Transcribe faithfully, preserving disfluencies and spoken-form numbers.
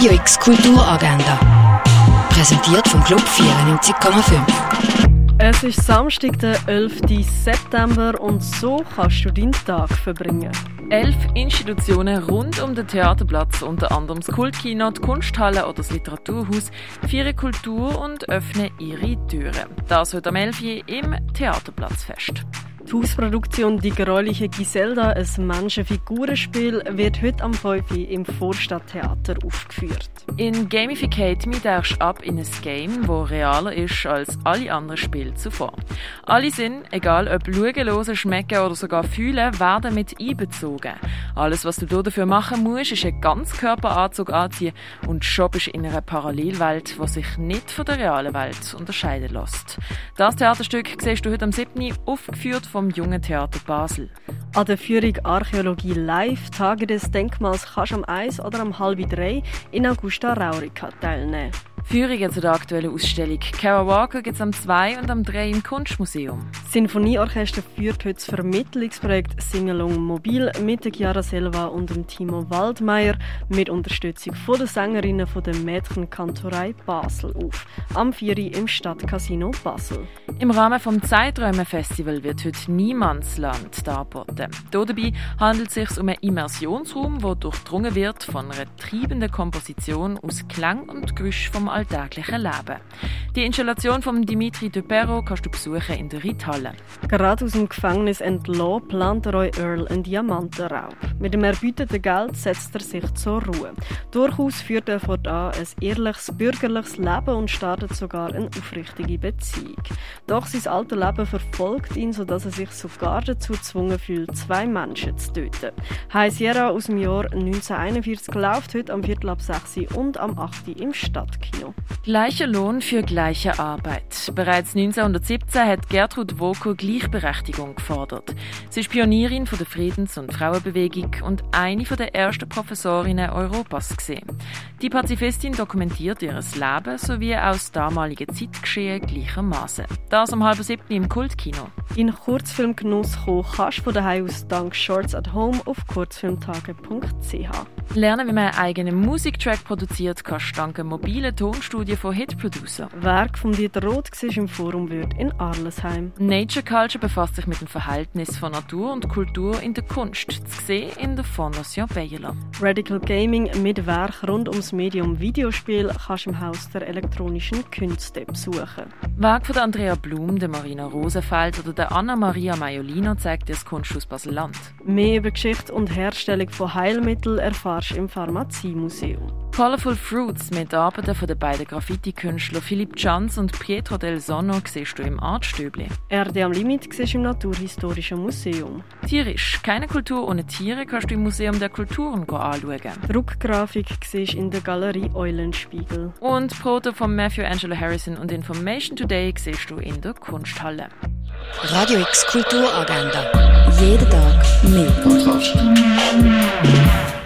Radio X Kulturagenda. Präsentiert vom Club vierundneunzig Komma fünf. Es ist Samstag, der elften September, und so kannst du deinen Tag verbringen. Elf Institutionen rund um den Theaterplatz, unter anderem das Kultkino, die Kunsthalle oder das Literaturhaus, feiern Kultur und öffnen ihre Türen. Das heute am elf Uhr im Theaterplatzfest. Die Hausproduktion «Die geräuliche Giselda», ein Menschenfigurenspiel, wird heute am fünf Uhr im Vorstadttheater aufgeführt. In Gamificate Me tauchst du ab in ein Game, das realer ist als alle anderen Spiele zuvor. Alle Sinne, egal ob schauen, hören, schmecken oder sogar fühlen, werden mit einbezogen. Alles, was du dafür machen musst, ist einen Ganzkörperanzug anziehen und schon bist in einer Parallelwelt, die sich nicht von der realen Welt unterscheiden lässt. Das Theaterstück siehst du heute am siebten Uhr aufgeführt vom Jungen Theater Basel. An der Führung Archäologie live, Tage des Denkmals, kannst du am eins oder am halb drei in Augusta Raurica teilnehmen. Führungen zu der aktuellen Ausstellung Kara Walker gibt es am zwei und am drei im Kunstmuseum. Das Sinfonieorchester führt heute das Vermittlungsprojekt Singalong Mobil mit der Chiara Selva und dem Timo Waldmeier mit Unterstützung von der Sängerinnen von der Mädchenkantorei Basel auf. Am vier Uhr im Stadtcasino Basel. Im Rahmen des Zeiträume-Festival wird heute Niemandsland dargeboten. Dabei handelt es sich um einen Immersionsraum, der durchdrungen wird von einer treibenden Komposition aus Klang und Geräusch vom alltäglichen Leben. Die Installation von Dimitri Dupero kannst du besuchen in der Ritthalle. Gerade aus dem Gefängnis entlassen, plant Roy Earl einen Diamantenraub. Mit dem erbeuteten Geld setzt er sich zur Ruhe. Durchaus führt er fortan ein ehrliches, bürgerliches Leben und startet sogar eine aufrichtige Beziehung. Doch sein altes Leben verfolgt ihn, sodass er sich sogar dazu gezwungen fühlt, zwei Menschen zu töten. High Sierra aus dem Jahr neunzehnhunderteinundvierzig läuft heute am Viertel ab sechs Uhr und am acht Uhr im Stadtkino. Gleicher Lohn für gleiche Arbeit. Bereits neunzehnhundertsiebzehn hat Gertrud Woko Gleichberechtigung gefordert. Sie ist Pionierin von der Friedens- und Frauenbewegung und eine der ersten Professorinnen Europas gesehen. Die Pazifistin dokumentiert ihr Leben sowie auch das damalige Zeitgeschehen gleichermaßen. Das um halb siebten im Kultkino. In Kurzfilmgenuss kommen kannst du von daheim aus dank Shorts at Home auf kurzfilmtage punkt c h. Lernen, wie man einen eigenen Musiktrack produziert, kannst du dank einer mobilen Tonstudie von Hit Producer. Werk von Dieter Roth war im Forum Würth in Arlesheim. Nature Culture befasst sich mit dem Verhältnis von Natur und Kultur in der Kunst, zu sehen in der Fondation Bayerler. Radical Gaming mit Werk rund ums Medium Videospiel kannst du im Haus der elektronischen Künste besuchen. Werk von Andrea Blum, der Marina Rosenfeld oder der Anna Maria Maiolino zeigt dir das Kunsthaus Basel-Land. Mehr über Geschichte und Herstellung von Heilmitteln erfährst du im Pharmaziemuseum. Colorful Fruits mit Arbeiten von den beiden Graffiti-Künstlern Philipp Chanz und Pietro del Sonno siehst du im Artstöbli. Erde am Limit siehst du im Naturhistorischen Museum. Tierisch. Keine Kultur ohne Tiere kannst du im Museum der Kulturen anschauen. Druckgrafik siehst du in der Galerie Eulenspiegel. Und Proto von Matthew Angelo Harrison und Information Today siehst du in der Kunsthalle. Radio X Kulturagenda. Jeden Tag mehr.